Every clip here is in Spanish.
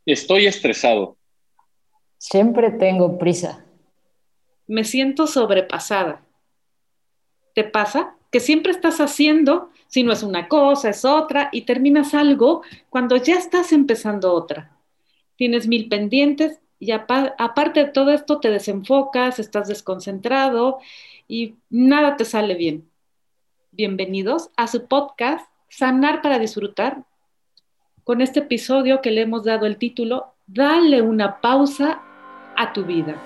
Estoy estresado. Siempre tengo prisa. Me siento sobrepasada. ¿Te pasa? Que siempre estás haciendo, si no es una cosa, es otra, y terminas algo cuando ya estás empezando otra. Tienes mil pendientes y aparte de todo esto te desenfocas, estás desconcentrado y nada te sale bien. Bienvenidos a su podcast Sanar para Disfrutar, con este episodio que le hemos dado el título Dale una pausa a tu vida.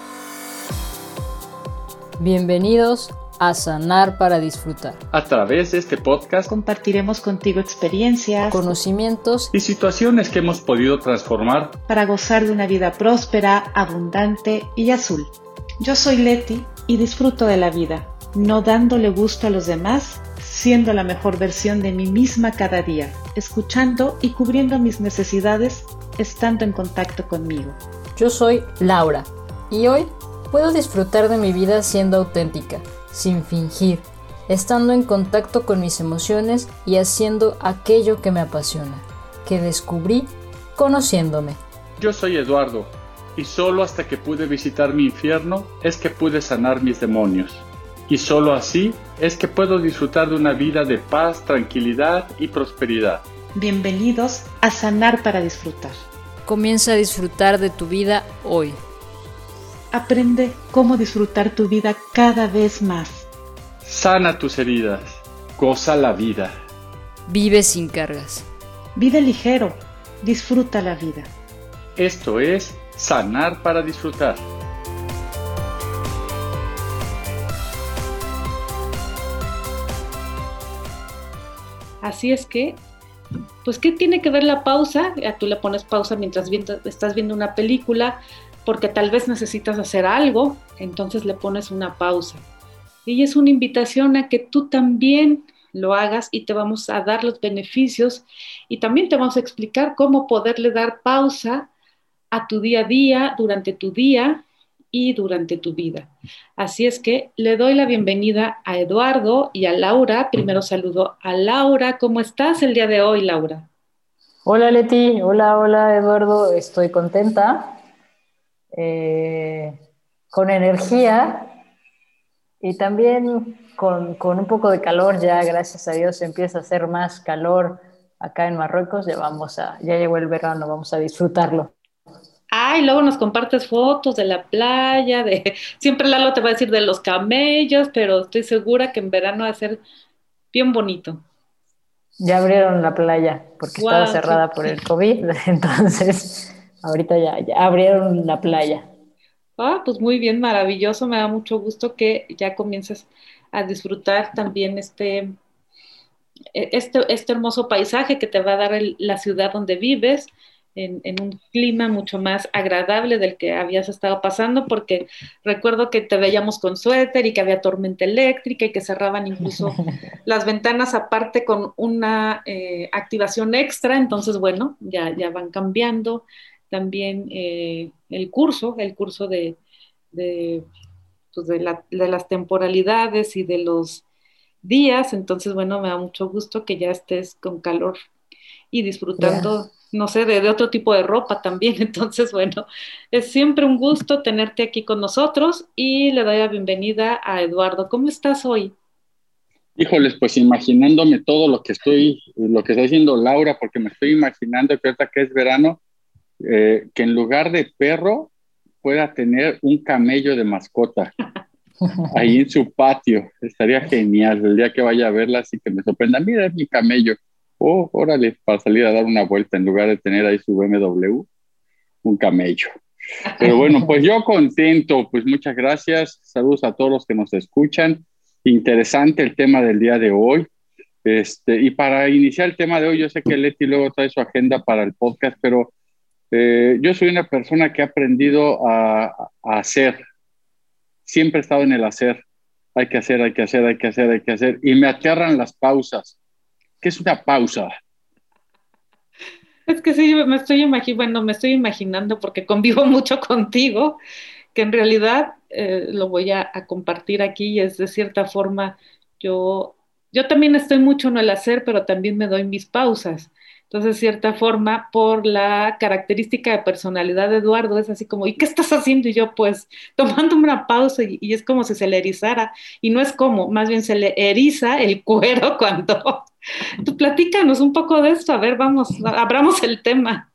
Bienvenidos a Sanar para Disfrutar. A través de este podcast Compartiremos contigo experiencias, Conocimientos y situaciones que hemos podido transformar. para gozar de una vida próspera, abundante y azul. Yo soy Leti y disfruto de la vida, no dándole gusto a los demás, siendo la mejor versión de mí misma cada día, escuchando y cubriendo mis necesidades, estando en contacto conmigo. Yo soy Laura y hoy puedo disfrutar de mi vida siendo auténtica, sin fingir, estando en contacto con mis emociones y haciendo aquello que me apasiona, que descubrí conociéndome. Yo soy Eduardo, y solo hasta que pude visitar mi infierno es que pude sanar mis demonios. Y solo así es que puedo disfrutar de una vida de paz, tranquilidad y prosperidad. Bienvenidos a Sanar para Disfrutar. Comienza a disfrutar de tu vida hoy. Aprende cómo disfrutar tu vida cada vez más. Sana tus heridas, goza la vida. Vive sin cargas. Vive ligero, disfruta la vida. Esto es Sanar para Disfrutar. Así es que, pues, ¿qué tiene que ver la pausa? Tú le pones pausa mientras estás viendo una película, porque tal vez necesitas hacer algo, entonces le pones una pausa. Y es una invitación a que tú también lo hagas y te vamos a dar los beneficios y también te vamos a explicar cómo poderle dar pausa a tu día a día, durante tu día y durante tu vida. Así es que le doy la bienvenida a Eduardo y a Laura. Primero saludo a Laura. ¿Cómo estás el día de hoy, Laura? Hola Leti, hola Eduardo, estoy contenta, con energía y también con un poco de calor. Ya gracias a Dios empieza a hacer más calor acá en Marruecos. Ya llegó el verano, vamos a disfrutarlo. Ay, luego nos compartes fotos de la playa, siempre Lalo te va a decir de los camellos, pero estoy segura que en verano va a ser bien bonito. Ya abrieron la playa porque estaba Wow, cerrada por el COVID, entonces ahorita ya abrieron la playa. pues muy bien, maravilloso. Me da mucho gusto que ya comiences a disfrutar también este hermoso paisaje que te va a dar la ciudad donde vives, en un clima mucho más agradable del que habías estado pasando, porque recuerdo que te veíamos con suéter y que había tormenta eléctrica y que cerraban incluso las ventanas aparte con una activación extra. Entonces, bueno, ya van cambiando también el curso de, pues de las temporalidades y de los días. Entonces, bueno, me da mucho gusto que ya estés con calor y Ya. disfrutando, no sé, de otro tipo de ropa también. Entonces, bueno, es siempre un gusto tenerte aquí con nosotros y le doy la bienvenida a Eduardo. ¿Cómo estás hoy? Híjoles, pues imaginándome todo lo que está haciendo Laura, porque me estoy imaginando que ahorita que es verano, que en lugar de perro pueda tener un camello de mascota ahí en su patio. Estaría genial el día que vaya a verla, así que me sorprenda. Mira, es mi camello. Oh, órale, para salir a dar una vuelta en lugar de tener ahí su BMW, un camello. Pero bueno, pues yo contento, pues muchas gracias. Saludos a todos los que nos escuchan. Interesante el tema del día de hoy. Y para iniciar el tema de hoy, yo sé que Leti luego trae su agenda para el podcast, pero yo soy una persona que ha aprendido a hacer. Siempre he estado en el hacer. Hay que hacer, hay que hacer, hay que hacer, hay que hacer. Y me aterran las pausas. ¿Qué es una pausa? Es que sí, me estoy imaginando porque convivo mucho contigo, que en realidad lo voy a compartir aquí y es de cierta forma, yo, yo también estoy mucho en el hacer, pero también me doy mis pausas. Entonces, de cierta forma, por la característica de personalidad de Eduardo, es así como, ¿y qué estás haciendo? Y yo, pues, tomándome una pausa y es como si se le erizara. Y no es como, más bien se le eriza el cuero cuando... Tú platícanos un poco de esto, a ver, vamos, abramos el tema.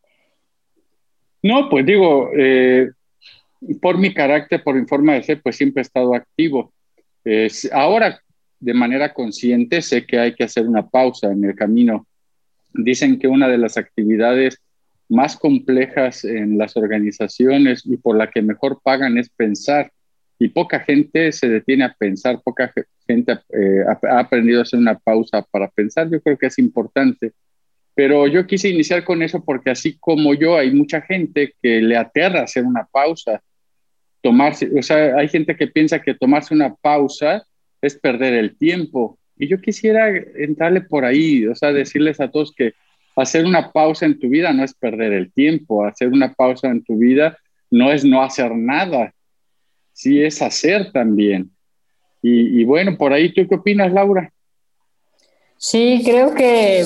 No, pues digo, por mi carácter, por mi forma de ser, pues siempre he estado activo. Ahora, de manera consciente, sé que hay que hacer una pausa en el camino. Dicen que una de las actividades más complejas en las organizaciones y por la que mejor pagan es pensar. Y poca gente se detiene a pensar, poca gente ha aprendido a hacer una pausa para pensar. Yo creo que es importante. Pero yo quise iniciar con eso porque así como yo, hay mucha gente que le aterra hacer una pausa, tomarse, o sea, hay gente que piensa que tomarse una pausa es perder el tiempo. Y yo quisiera entrarle por ahí, o sea, decirles a todos que hacer una pausa en tu vida no es perder el tiempo, hacer una pausa en tu vida no es no hacer nada, sí es hacer también. Y bueno, por ahí, ¿tú qué opinas, Laura? Sí, creo que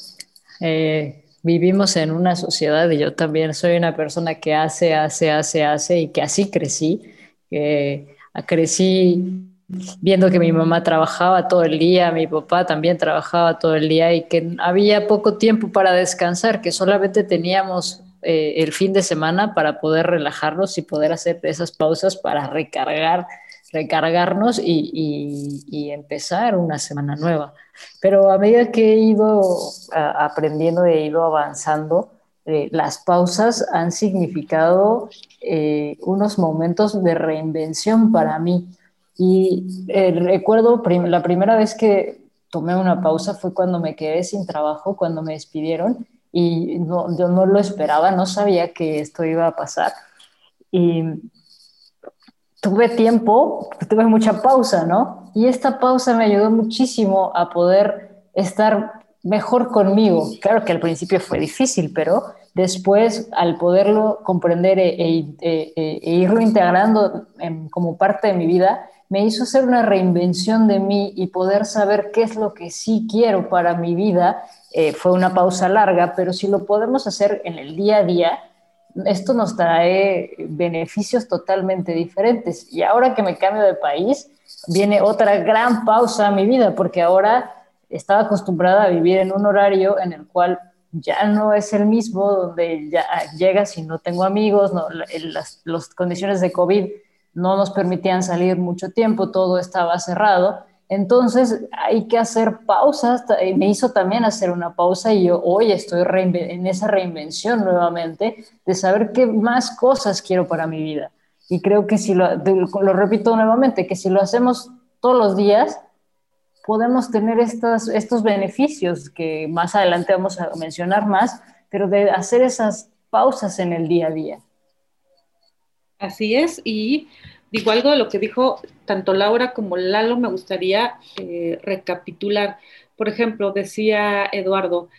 vivimos en una sociedad y yo también soy una persona que hace y que así crecí. Crecí viendo que mi mamá trabajaba todo el día, mi papá también trabajaba todo el día y que había poco tiempo para descansar, que solamente teníamos el fin de semana para poder relajarnos y poder hacer esas pausas para recargarnos y empezar una semana nueva. Pero a medida que he ido aprendiendo, he ido avanzando, las pausas han significado unos momentos de reinvención para mí. Y recuerdo la primera vez que tomé una pausa fue cuando me quedé sin trabajo, cuando me despidieron y no, yo no lo esperaba, no sabía que esto iba a pasar. Y tuve tiempo, tuve mucha pausa, ¿no? Y esta pausa me ayudó muchísimo a poder estar mejor conmigo. Claro que al principio fue difícil, pero después al poderlo comprender e irlo integrando como parte de mi vida, me hizo hacer una reinvención de mí y poder saber qué es lo que sí quiero para mi vida. Fue una pausa larga, pero si lo podemos hacer en el día a día, esto nos trae beneficios totalmente diferentes. Y ahora que me cambio de país, viene otra gran pausa a mi vida, porque ahora estaba acostumbrada a vivir en un horario en el cual ya no es el mismo, donde ya llegas y no tengo amigos, no, las condiciones de COVID no nos permitían salir mucho tiempo, todo estaba cerrado. Entonces hay que hacer pausas, me hizo también hacer una pausa y yo hoy estoy en esa reinvención nuevamente de saber qué más cosas quiero para mi vida. Y creo que si lo repito nuevamente, que si lo hacemos todos los días, podemos tener estos beneficios que más adelante vamos a mencionar más, pero de hacer esas pausas en el día a día. Así es, y digo algo de lo que dijo tanto Laura como Lalo, me gustaría recapitular. Por ejemplo, decía Eduardo,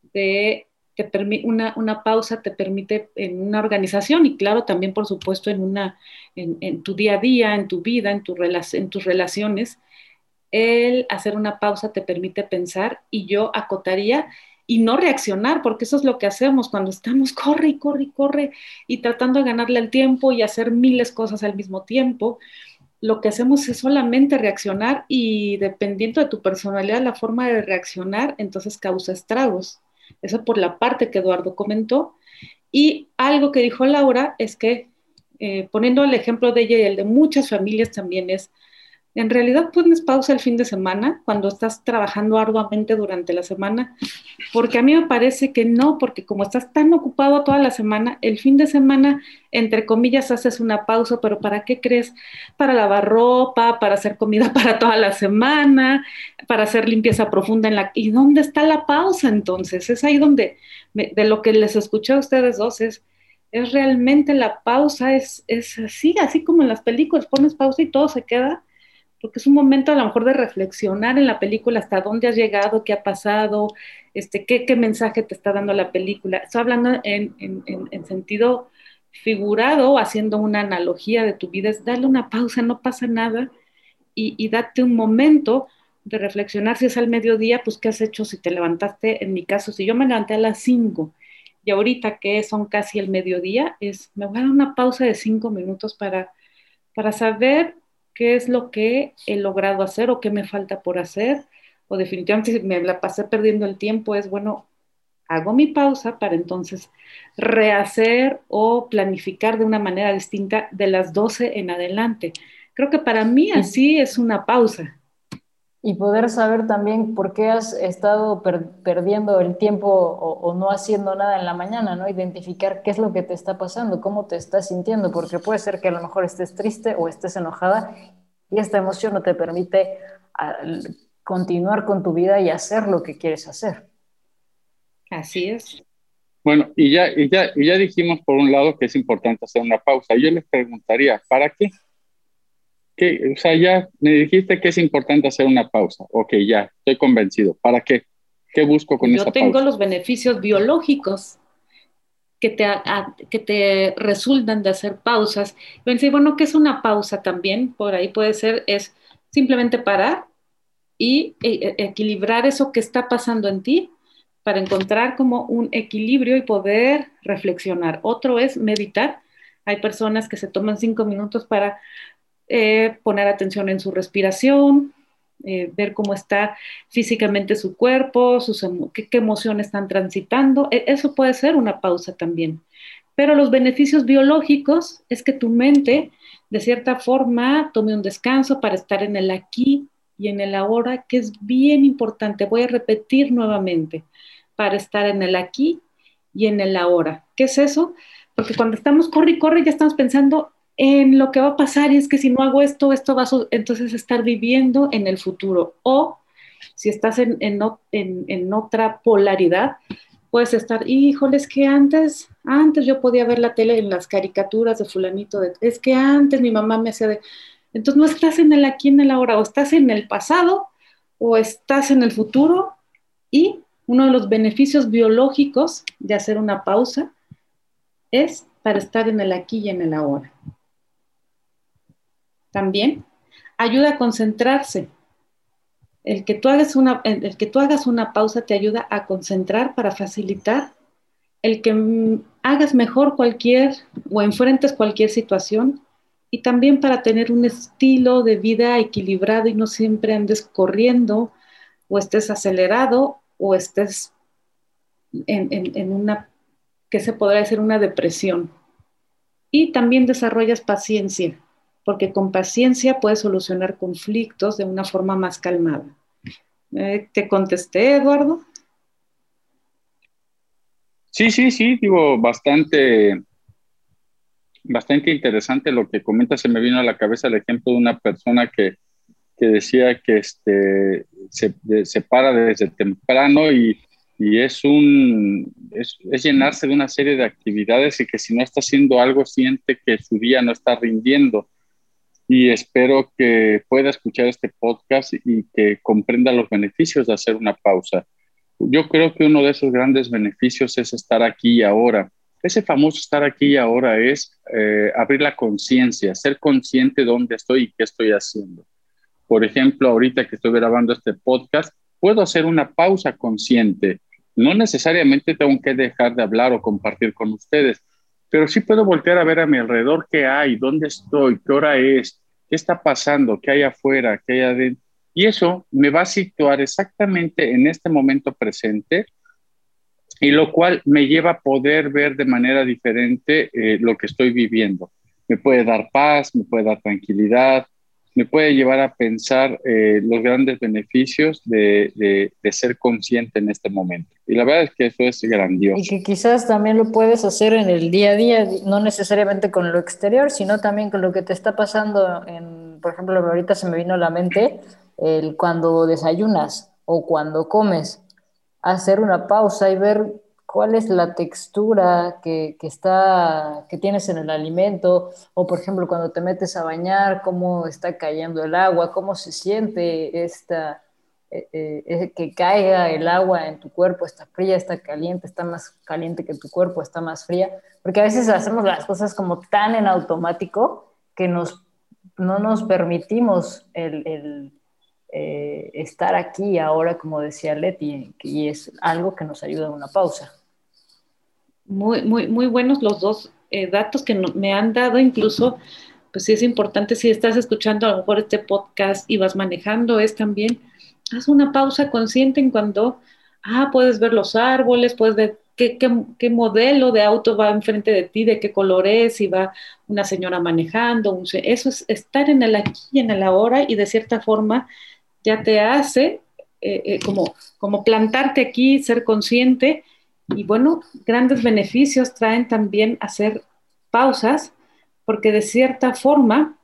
una pausa te permite en una organización y claro, también por supuesto en tu día a día, en tu vida, en tus relaciones, el hacer una pausa te permite pensar y yo acotaría y no reaccionar, porque eso es lo que hacemos cuando estamos corre y corre y corre y tratando de ganarle el tiempo y hacer miles de cosas al mismo tiempo. Lo que hacemos es solamente reaccionar y dependiendo de tu personalidad, la forma de reaccionar, entonces causa estragos. Eso por la parte que Eduardo comentó. Y algo que dijo Laura es que, poniendo el ejemplo de ella y el de muchas familias también es, en realidad pones pausa el fin de semana cuando estás trabajando arduamente durante la semana, porque a mí me parece que no, porque como estás tan ocupado toda la semana, el fin de semana, entre comillas, haces una pausa, pero ¿para qué crees? Para lavar ropa, para hacer comida para toda la semana, para hacer limpieza profunda en la... ¿Y dónde está la pausa entonces? Es ahí donde, de lo que les escuché a ustedes dos, es realmente la pausa, es así como en las películas, pones pausa y todo se queda porque es un momento a lo mejor de reflexionar en la película hasta dónde has llegado, qué ha pasado, qué mensaje te está dando la película. Estoy hablando en sentido figurado, haciendo una analogía de tu vida, es darle una pausa, no pasa nada, y date un momento de reflexionar si es al mediodía, pues qué has hecho si te levantaste, en mi caso, si yo me levanté a las 5 y ahorita que son casi el mediodía, me voy a dar una pausa de 5 minutos para saber qué es lo que he logrado hacer o qué me falta por hacer, o definitivamente si me la pasé perdiendo el tiempo, es bueno, hago mi pausa para entonces rehacer o planificar de una manera distinta de las 12 en adelante. Creo que para mí así es una pausa. Y poder saber también por qué has estado perdiendo el tiempo o no haciendo nada en la mañana, ¿no? Identificar qué es lo que te está pasando, cómo te estás sintiendo, porque puede ser que a lo mejor estés triste o estés enojada y esta emoción no te permite continuar con tu vida y hacer lo que quieres hacer. Así es. Bueno, y ya dijimos por un lado que es importante hacer una pausa. Yo les preguntaría, ¿para qué? O sea, ya me dijiste que es importante hacer una pausa. Ok, ya, estoy convencido. ¿Para qué? ¿Qué busco con esa Yo pausa? tengo los beneficios biológicos que te resultan de hacer pausas. Pensé, bueno, ¿qué es una pausa también? Por ahí puede ser, es simplemente parar y equilibrar eso que está pasando en ti para encontrar como un equilibrio y poder reflexionar. Otro es meditar. Hay personas que se toman 5 minutos para poner atención en su respiración, ver cómo está físicamente su cuerpo, qué emociones están transitando. Eso puede ser una pausa también. Pero los beneficios biológicos es que tu mente, de cierta forma, tome un descanso para estar en el aquí y en el ahora, que es bien importante. Voy a repetir nuevamente, para estar en el aquí y en el ahora. ¿Qué es eso? Porque cuando estamos corre y corre, ya estamos pensando en lo que va a pasar y es que si no hago esto, esto va a entonces estar viviendo en el futuro. O si estás en otra polaridad, puedes estar, híjole, es que antes yo podía ver la tele en las caricaturas de fulanito, es que antes mi mamá me hacía de... Entonces no estás en el aquí, en el ahora, o estás en el pasado o estás en el futuro, y uno de los beneficios biológicos de hacer una pausa es para estar en el aquí y en el ahora. También ayuda a concentrarse. El que tú hagas una pausa te ayuda a concentrar para facilitar el que hagas mejor cualquier o enfrentes cualquier situación, y también para tener un estilo de vida equilibrado y no siempre andes corriendo o estés acelerado o estés en una, que se podrá decir, una depresión. Y también desarrollas paciencia, porque con paciencia puedes solucionar conflictos de una forma más calmada. ¿Te contesté, Eduardo? Sí, digo, bastante interesante lo que comentas. Se me vino a la cabeza el ejemplo de una persona que decía que se para desde temprano y es llenarse de una serie de actividades y que si no está haciendo algo siente que su día no está rindiendo. Y espero que pueda escuchar este podcast y que comprenda los beneficios de hacer una pausa. Yo creo que uno de esos grandes beneficios es estar aquí y ahora. Ese famoso estar aquí y ahora es abrir la conciencia, ser consciente de dónde estoy y qué estoy haciendo. Por ejemplo, ahorita que estoy grabando este podcast, puedo hacer una pausa consciente. No necesariamente tengo que dejar de hablar o compartir con ustedes, pero sí puedo voltear a ver a mi alrededor qué hay, dónde estoy, qué hora es, qué está pasando, qué hay afuera, qué hay adentro. Y eso me va a situar exactamente en este momento presente, y lo cual me lleva a poder ver de manera diferente lo que estoy viviendo. Me puede dar paz, me puede dar tranquilidad, me puede llevar a pensar los grandes beneficios de ser consciente en este momento. Y la verdad es que eso es grandioso. Y que quizás también lo puedes hacer en el día a día, no necesariamente con lo exterior, sino también con lo que te está pasando. Por ejemplo, ahorita se me vino a la mente cuando desayunas o cuando comes, hacer una pausa y ver cuál es la textura que tienes en el alimento, o por ejemplo cuando te metes a bañar, cómo está cayendo el agua, cómo se siente que caiga el agua en tu cuerpo, está fría, está caliente, está más caliente que tu cuerpo, está más fría, porque a veces hacemos las cosas como tan en automático que no nos permitimos estar aquí y ahora, como decía Leti, y es algo que nos ayuda a una pausa. Muy, muy, muy buenos los dos datos que me han dado, incluso, pues sí es importante, si estás escuchando a lo mejor este podcast y vas manejando, es también, haz una pausa consciente en cuando, puedes ver los árboles, puedes ver qué modelo de auto va enfrente de ti, de qué color es, si va una señora manejando, eso es estar en el aquí y en el ahora, y de cierta forma ya te hace como plantarte aquí, ser consciente. Y bueno, grandes beneficios traen también hacer pausas, porque de cierta forma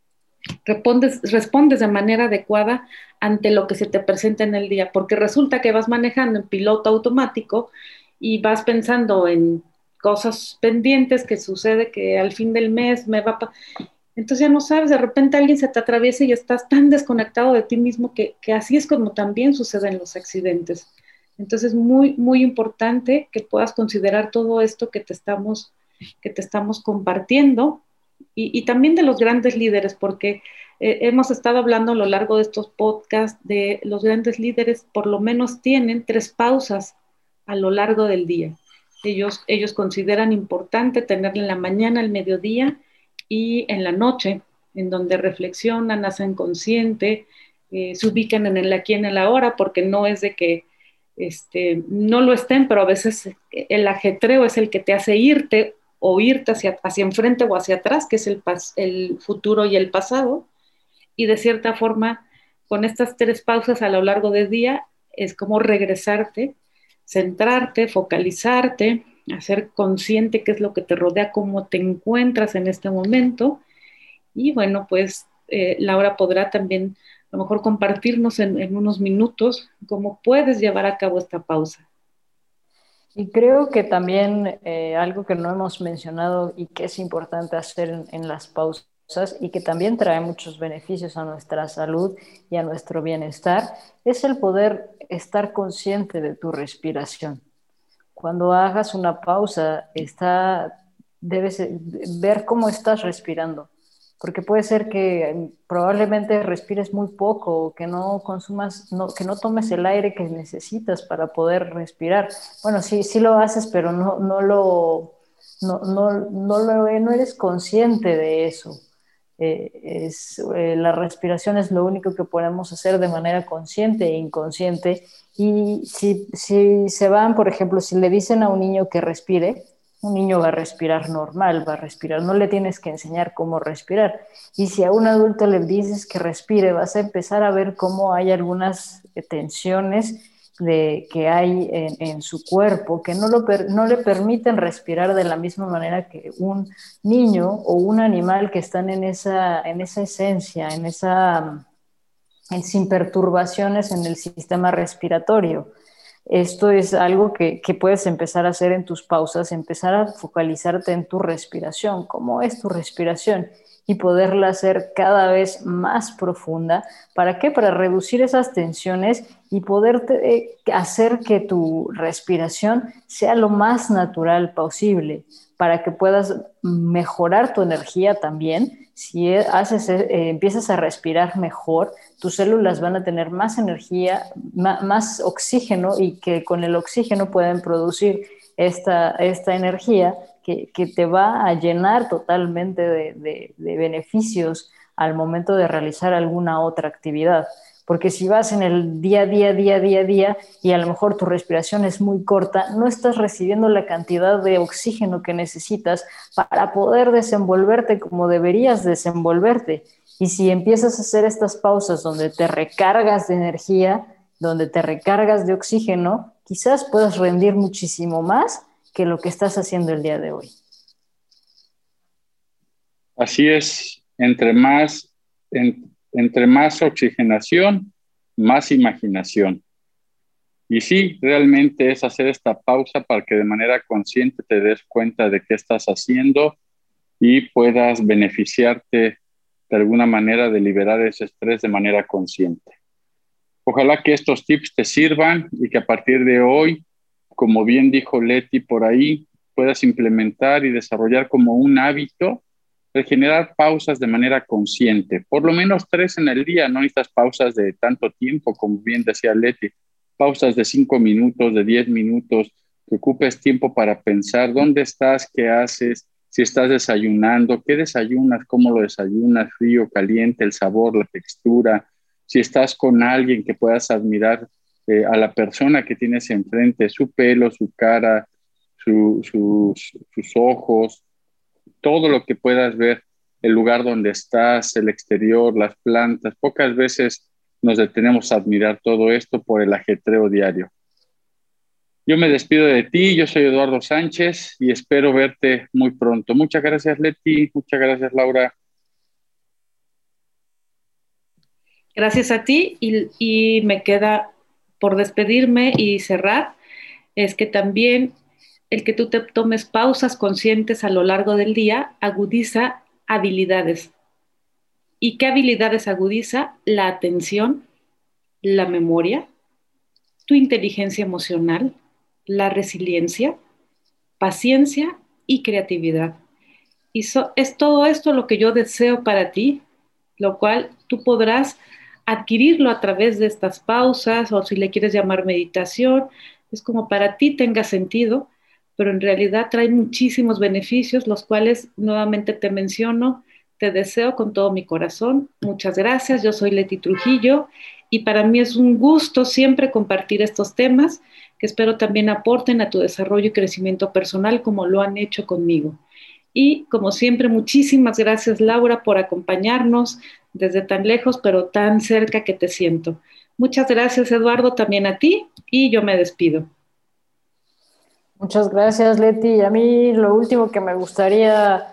respondes de manera adecuada ante lo que se te presenta en el día, porque resulta que vas manejando en piloto automático y vas pensando en cosas pendientes, que sucede que al fin del mes me va a... Entonces ya no sabes, de repente alguien se te atraviesa y estás tan desconectado de ti mismo que así es como también suceden los accidentes. Entonces, muy, muy importante que puedas considerar todo esto que te estamos compartiendo, y también de los grandes líderes, porque hemos estado hablando a lo largo de estos podcasts de los grandes líderes, por lo menos tienen 3 pausas a lo largo del día. Ellos consideran importante tenerla en la mañana, al mediodía y en la noche, en donde reflexionan, hacen consciente, se ubican en el aquí, en el ahora, porque no es de que no lo estén, pero a veces el ajetreo es el que te hace irte o irte hacia enfrente o hacia atrás, que es el futuro y el pasado, y de cierta forma, con estas 3 pausas a lo largo del día, es como regresarte, centrarte, focalizarte, hacer consciente qué es lo que te rodea, cómo te encuentras en este momento, y bueno, pues Laura podrá también a lo mejor compartirnos en unos minutos cómo puedes llevar a cabo esta pausa. Y creo que también algo que no hemos mencionado y que es importante hacer en las pausas y que también trae muchos beneficios a nuestra salud y a nuestro bienestar, es el poder estar consciente de tu respiración. Cuando hagas una pausa, debes ver cómo estás respirando, porque puede ser que probablemente respires muy poco, o que no consumas, que no tomes el aire que necesitas para poder respirar. Bueno, sí, sí lo haces, pero no eres consciente de eso. La respiración es lo único que podemos hacer de manera consciente e inconsciente. Y si se van, por ejemplo, si le dicen a un niño que respire, un niño va a respirar normal, va a respirar, no le tienes que enseñar cómo respirar. Y si a un adulto le dices que respire, vas a empezar a ver cómo hay algunas tensiones que hay en su cuerpo que no le permiten respirar de la misma manera que un niño o un animal que están en esa esencia, sin perturbaciones en el sistema respiratorio. Esto es algo que puedes empezar a hacer en tus pausas, empezar a focalizarte en tu respiración, cómo es tu respiración, y poderla hacer cada vez más profunda. ¿Para qué? Para reducir esas tensiones y poder hacer que tu respiración sea lo más natural posible, para que puedas mejorar tu energía también. Si empiezas a respirar mejor, tus células van a tener más energía, más oxígeno, y que con el oxígeno pueden producir esta energía que te va a llenar totalmente de beneficios al momento de realizar alguna otra actividad. Porque si vas en el día a día y a lo mejor tu respiración es muy corta, no estás recibiendo la cantidad de oxígeno que necesitas para poder desenvolverte como deberías desenvolverte. Y si empiezas a hacer estas pausas donde te recargas de energía, donde te recargas de oxígeno, quizás puedas rendir muchísimo más que lo que estás haciendo el día de hoy. Así es, entre más oxigenación, más imaginación. Y sí, realmente es hacer esta pausa para que de manera consciente te des cuenta de qué estás haciendo y puedas beneficiarte de alguna manera de liberar ese estrés de manera consciente. Ojalá que estos tips te sirvan y que a partir de hoy, como bien dijo Leti por ahí, puedas implementar y desarrollar como un hábito generar pausas de manera consciente, por lo menos 3 en el día, no necesitas pausas de tanto tiempo, como bien decía Leti, pausas de 5 minutos, de 10 minutos, que ocupes tiempo para pensar dónde estás, qué haces, si estás desayunando, qué desayunas, cómo lo desayunas, frío, caliente, el sabor, la textura, si estás con alguien que puedas admirar a la persona que tienes enfrente, su pelo, su cara, sus ojos, todo lo que puedas ver, el lugar donde estás, el exterior, las plantas. Pocas veces nos detenemos a admirar todo esto por el ajetreo diario. Yo me despido de ti, yo soy Eduardo Sánchez y espero verte muy pronto. Muchas gracias, Leti, muchas gracias, Laura. Gracias a ti y me queda por despedirme y cerrar, es que también el que tú te tomes pausas conscientes a lo largo del día agudiza habilidades. ¿Y qué habilidades agudiza? La atención, la memoria, tu inteligencia emocional, la resiliencia, paciencia y creatividad. Y es todo esto lo que yo deseo para ti, lo cual tú podrás adquirirlo a través de estas pausas o si le quieres llamar meditación, es como para ti tenga sentido, pero en realidad trae muchísimos beneficios, los cuales nuevamente te menciono, te deseo con todo mi corazón. Muchas gracias, yo soy Leti Trujillo y para mí es un gusto siempre compartir estos temas que espero también aporten a tu desarrollo y crecimiento personal como lo han hecho conmigo. Y como siempre, muchísimas gracias Laura por acompañarnos desde tan lejos, pero tan cerca que te siento. Muchas gracias Eduardo, también a ti y yo me despido. Muchas gracias, Leti. Y a mí lo último que me gustaría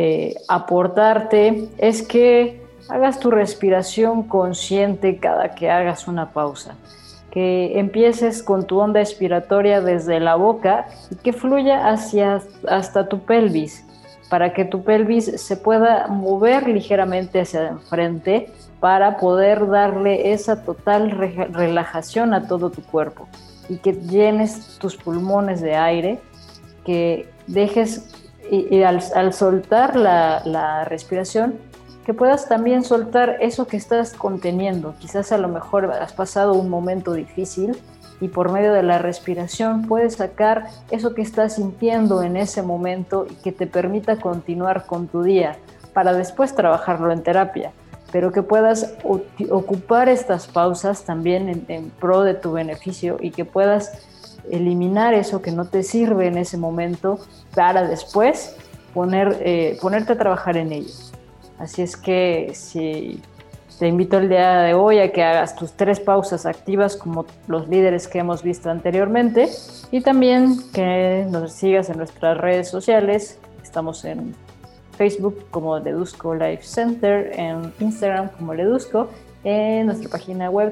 aportarte es que hagas tu respiración consciente cada que hagas una pausa. Que empieces con tu onda expiratoria desde la boca y que fluya hasta tu pelvis, para que tu pelvis se pueda mover ligeramente hacia enfrente para poder darle esa total relajación a todo tu cuerpo y que llenes tus pulmones de aire, que dejes y al soltar la respiración, que puedas también soltar eso que estás conteniendo. Quizás a lo mejor has pasado un momento difícil y por medio de la respiración puedes sacar eso que estás sintiendo en ese momento y que te permita continuar con tu día para después trabajarlo en terapia, pero que puedas ocupar estas pausas también en pro de tu beneficio y que puedas eliminar eso que no te sirve en ese momento para después ponerte a trabajar en ello. Así es que si te invito el día de hoy a que hagas tus 3 pausas activas como los líderes que hemos visto anteriormente y también que nos sigas en nuestras redes sociales. Estamos en Facebook como Ledusco Life Center, en Instagram como Ledusco, en nuestra página web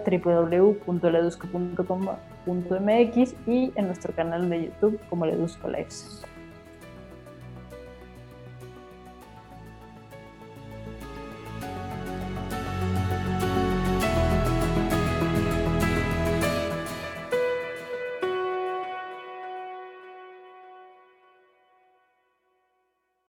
www.ledusco.com.mx y en nuestro canal de YouTube como Ledusco Life Center.